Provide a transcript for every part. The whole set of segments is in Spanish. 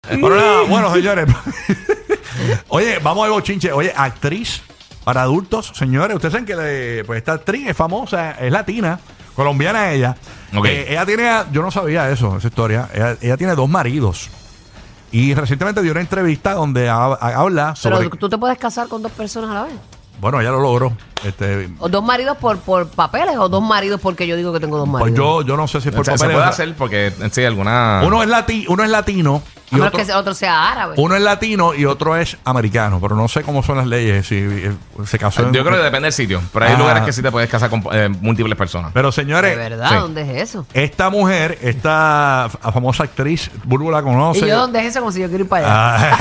Pero nada, bueno, señores. Oye, vamos al bochinche. Oye, actriz para adultos, señores. Ustedes saben que pues esta actriz es famosa, es latina, colombiana ella. Okay. Ella tiene, yo no sabía eso, esa historia. Ella tiene 2 maridos. Y recientemente dio una entrevista donde habla sobre... Pero tú te puedes casar con 2 personas a la vez. Bueno, ella lo logró. ¿O 2 maridos por papeles o 2 maridos porque yo digo que tengo 2 maridos? Pues yo no sé si es por papeles. Se puede hacer porque sí, alguna... Uno es latino. A menos que otro sea árabe. Uno es latino y otro es americano, pero no sé cómo son las leyes. Si se casó Yo creo que depende del sitio, pero hay lugares que sí te puedes casar con múltiples personas. Pero señores, ¿De verdad? Sí. ¿Dónde es eso? esta mujer, esta famosa actriz, Burbu la conoce. ¿Y yo dónde es eso? Como si yo quiero ir para allá.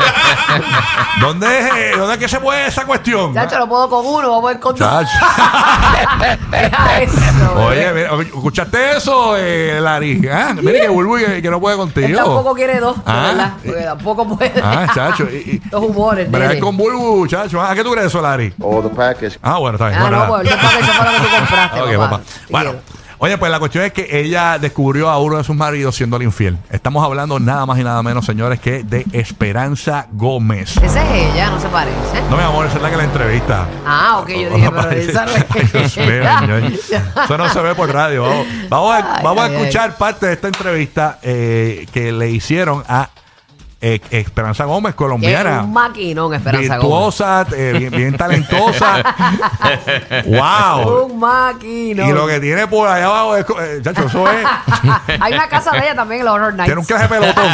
¿Dónde es que se puede esa cuestión? Chacho, lo puedo con uno, vamos a ir con 2. Chacho. Deja eso. Oye, mira, ¿escuchaste eso, Larry? Mire que Burbu que no puede contigo. Él tampoco quiere 2, Ah. ¿verdad? Porque tampoco puede. Chacho. Los humores, Pero nene. con Burbu, chacho. ¿Qué tú crees de eso, Larry? All the package. Bueno, está bien. Ah, Bueno, no, nada. pues yo para que eso fue lo que tú compraste, Ok, papá. papá. Bueno, oye, pues la cuestión es que ella descubrió a uno de sus maridos siendo infiel. Estamos hablando nada más y nada menos, señores, que de Esperanza Gómez. Esa es ella, no se parece. No, mi amor, esa es la que la entrevista. Ah, ok, yo dije, pero esa no es Ay, Dios mío, señor. Eso no se ve por radio. Vamos a escuchar parte de esta entrevista que le hicieron a Esperanza Gómez, colombiana. Es un maquinón, Esperanza Gómez. Virtuosa, bien talentosa. ¡Wow! Un maquinón. Y lo que tiene por allá abajo es... chacho, eso es... Hay una casa de ella también en los Horror Nights. Tiene un clase de pelotón.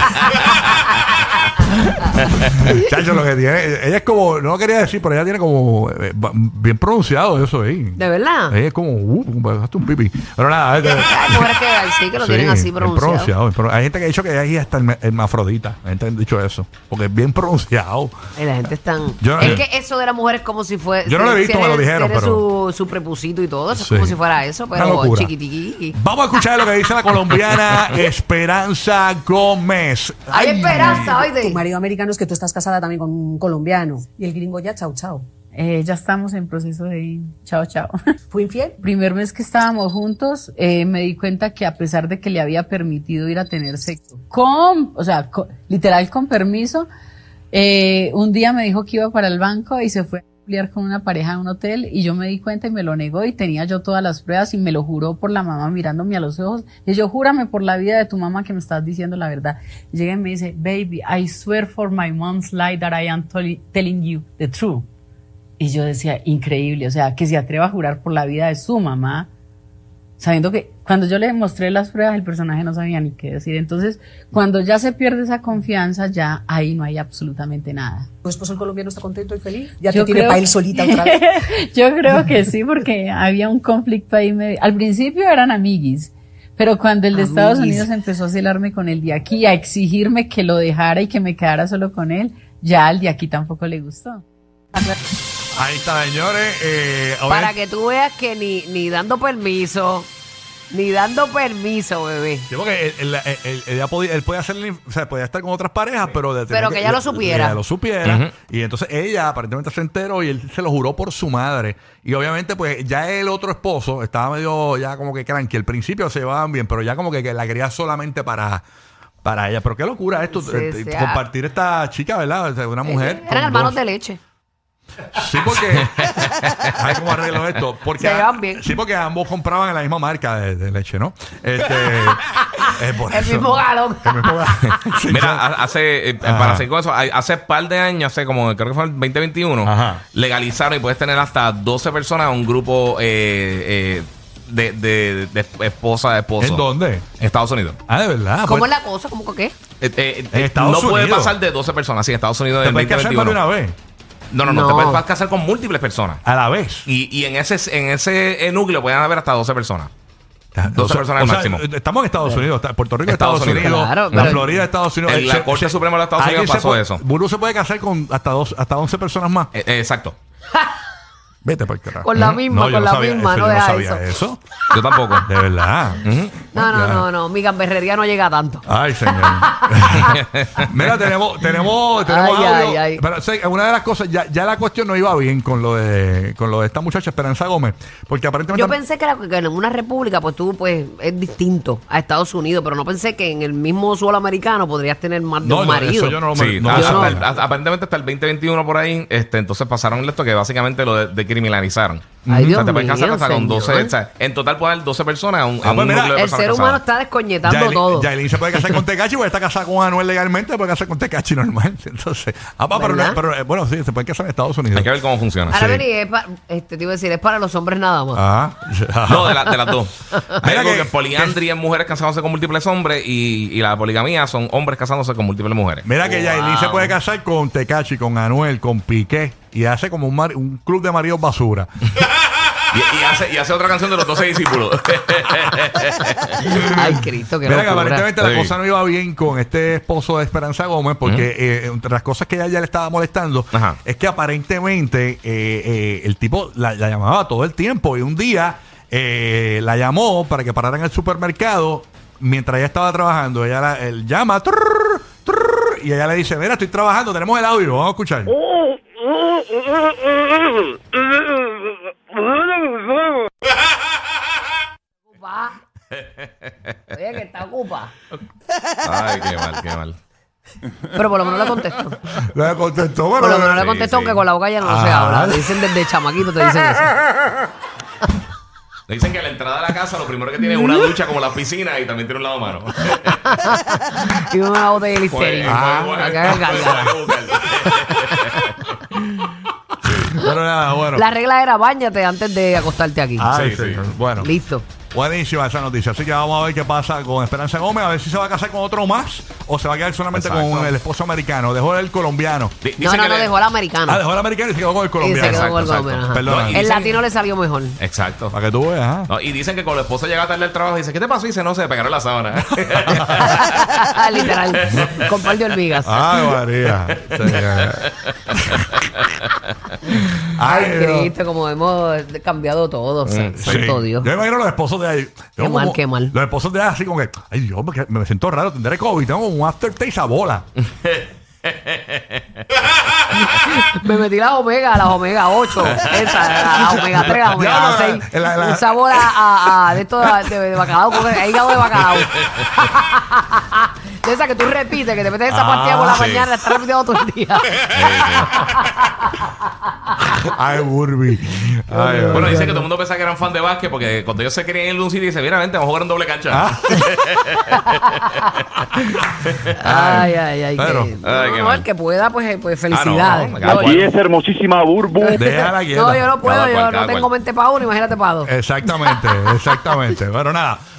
Chacho, lo que tiene... Ella es como... No lo quería decir, pero ella tiene como... bien pronunciado eso ahí. ¿De verdad? Ella es como... hasta un pipi. Pero nada... Hay mujeres que sí que lo tienen así bien pronunciado. Hay gente que ha dicho que ahí hasta el hermafrodita. La gente ha dicho eso. Porque es bien pronunciado. Y la gente está... Yo- es que eso de la mujer es como si fuera... Yo no lo he visto, me lo dijeron, tiene pero... su prepusito y todo. Eso Sí. es como si fuera eso, Una pero locura. chiquitiqui. Vamos a escuchar lo que dice la colombiana Esperanza Gómez. Hay esperanza, Tu oye. marido americano es que tú estás casada también con un colombiano. Y el gringo ya, chao, chao. Ya estamos en proceso de chao, chao. ¿Fue infiel? Primer mes que estábamos juntos, me di cuenta que a pesar de que le había permitido ir a tener sexo, literal con permiso, un día me dijo que iba para el banco y se fue a pelear con una pareja en un hotel y yo me di cuenta y me lo negó y tenía yo todas las pruebas y me lo juró por la mamá mirándome a los ojos y yo júrame por la vida de tu mamá que me estás diciendo la verdad. Y llega y me dice, baby, I swear for my mom's life that I am telling you the truth. Y yo decía, increíble, o sea, que se atreva a jurar por la vida de su mamá, sabiendo que cuando yo le mostré las pruebas, el personaje no sabía ni qué decir. Entonces, cuando ya se pierde esa confianza, ya ahí no hay absolutamente nada. ¿Tu esposo el colombiano está contento y feliz? ¿Ya Yo te tiene creo- para él solita otra vez? Yo creo que sí, porque había un conflicto ahí medio. Al principio eran amiguis, pero cuando el de Estados Amiguis. Unidos empezó a celarme con el de aquí, a exigirme que lo dejara y que me quedara solo con él, ya al de aquí tampoco le gustó. Ahí está, señores. Para que tú veas que ni dando permiso, bebé. Sí, porque él podía hacer, o sea, podía estar con otras parejas, pero Pero que ella lo supiera. Ella lo supiera. Ujú. Y entonces ella aparentemente se enteró y él se lo juró por su madre. Y obviamente, pues ya el otro esposo estaba medio ya como que cranky. Al principio se llevaban bien, pero ya como que la quería solamente para ella. Pero qué locura esto, Sí, sí, compartir esta chica, ¿verdad? O sea, una mujer. con Eran hermanos dos. de leche. Sí, porque. Ay, ¿cómo arreglo esto? Porque Se llevan bien. Sí, porque ambos compraban en la misma marca de leche, ¿no? Por El eso. mismo galón. El mismo galón. Sí, Mira, Ajá. para seguir con eso, hace par de años, creo que fue el 2021, Ajá. legalizaron y puedes tener hasta 12 personas en un grupo de esposa, esposo. ¿En dónde? En Estados Unidos. De verdad. ¿Cómo pues, es la cosa? ¿Cómo que qué? En Estados no puede Unidos. pasar de 12 personas, sí, en Estados Unidos ¿Te en puedes casar más de 2021. una vez? No, No. te puedes casar con múltiples personas. A la vez. Y en ese núcleo pueden haber hasta 12 personas. 12 personas al O sea, máximo. estamos en Estados Unidos. Puerto Rico, Estados Estados Unidos. Unidos. Claro, la pero- Florida, Estados Unidos. En la Corte Suprema de los Estados alguien Unidos se pasó puede- eso. Burbu se puede casar con hasta 11 personas más. Exacto. Vete por carajo. Con la misma, yo con la sabía misma, eso, no yo deja sabía eso. Yo tampoco. De verdad. No, mi gamberrería no llega a tanto. Ay, señor. Mira, tenemos audio. Ay. Pero una de las cosas, ya la cuestión no iba bien con lo de esta muchacha Esperanza Gómez, porque aparentemente Yo pensé que en una república, pues tú, pues, es distinto a Estados Unidos, pero no pensé que en el mismo suelo americano podrías tener más de un marido. eso yo no lo Sí, no- aparentemente hasta el 2021 por ahí, entonces pasaron esto que básicamente lo decriminalizaron. Ay, O Dios sea, te puedes casar mío, hasta con 12. señor. O sea, en total puede haber 12 personas en un pues mira, núcleo de El personas ser humano casadas. está descoñetando todo. Yailin se puede casar con Tecachi porque está casada con Anuel legalmente, puede casar con Tecachi normal. Entonces, ¿Verdad? pero bueno, sí, se puede casar en Estados Unidos. Hay que ver cómo funciona. Ahora, Sí. vení, te iba a decir, es para los hombres nada más. No, de las dos. Hay Mira algo que- que poliandria es mujeres casándose con múltiples hombres y la poligamía son hombres casándose con múltiples mujeres. Mira que Yailin se puede casar con Tecachi, con Anuel, con Piqué y hace como un club de maridos basura. Y hace otra canción de los 12 discípulos. Ay, Cristo, qué Mira que locura. aparentemente la Sí. cosa no iba bien con este esposo de Esperanza Gómez porque entre las cosas que ella ya le estaba molestando Ajá. es que aparentemente el tipo la llamaba todo el tiempo y un día la llamó para que parara en el supermercado mientras ella estaba trabajando. Él llama y ella le dice, mira, estoy trabajando, tenemos el audio, vamos a escuchar. Ocupa. Oye, que está ocupa. Ay, qué mal, qué mal. Pero por lo menos le contesto. Le contestó, Por lo menos le Sí, contesto, sí. aunque con la boca ya no se Ah. habla. Te dicen desde chamaquito, te dicen eso. Le dicen que a la entrada de la casa lo primero que tiene es una ducha como la piscina y también tiene un lavamano. Y una botella de Listerine. Pues, Acá en Gárgara. Pero nada, bueno. La regla era báñate antes de acostarte aquí. Ay, Sí, señor. sí. Bueno. Listo. Buenísima esa noticia. Así que vamos a ver qué pasa con Esperanza Gómez. A ver si se va a casar con otro más o se va a quedar solamente Exacto. con el esposo americano. Dejó el colombiano. No, dejó el americano. Dejó el americano y se quedó con el Y colombiano. se quedó con el Exacto, colombiano, ajá. Perdona. No, y El dicen- latino le salió mejor. Exacto. Para que tú veas. ¿Ah? No, y dicen que cuando la esposa llega tarde al trabajo dice, ¿qué te pasó? Y dice, no, se pegaron la sábana. Literal. Con par de hormigas. Ay, María. Ay, Dios. Cristo, como hemos cambiado todo. Santo Sí. Dios. Yo me imagino los esposos de ahí. Qué mal, qué mal. Los esposos de ahí así como que, ay Dios, me siento raro, tendré COVID, tengo un aftertaste a bola. Me metí las omega 8. Esa, la omega 3, la omega 6. Un sabor a de esto de bacalao, porque hígado de bacalao. De esa que tú repites, que te metes esa pastilla por la sí. mañana, la estás repitiendo todo el día. Ay, Burby. Ay, Bueno, ay. dice que todo el mundo pensaba que eran fan de básquet porque cuando ellos se querían ir de un sitio dice, mira, vente, vamos a jugar en doble cancha. Ay. Pero- que, Ay, qué no, mal. el que pueda, pues felicidades. no, Yo- Aquí es hermosísima Burbu. Déjala quieta. no, yo no puedo, Cada cual, yo cada no tengo cual. mente para uno, imagínate para dos. Exactamente. Bueno, nada.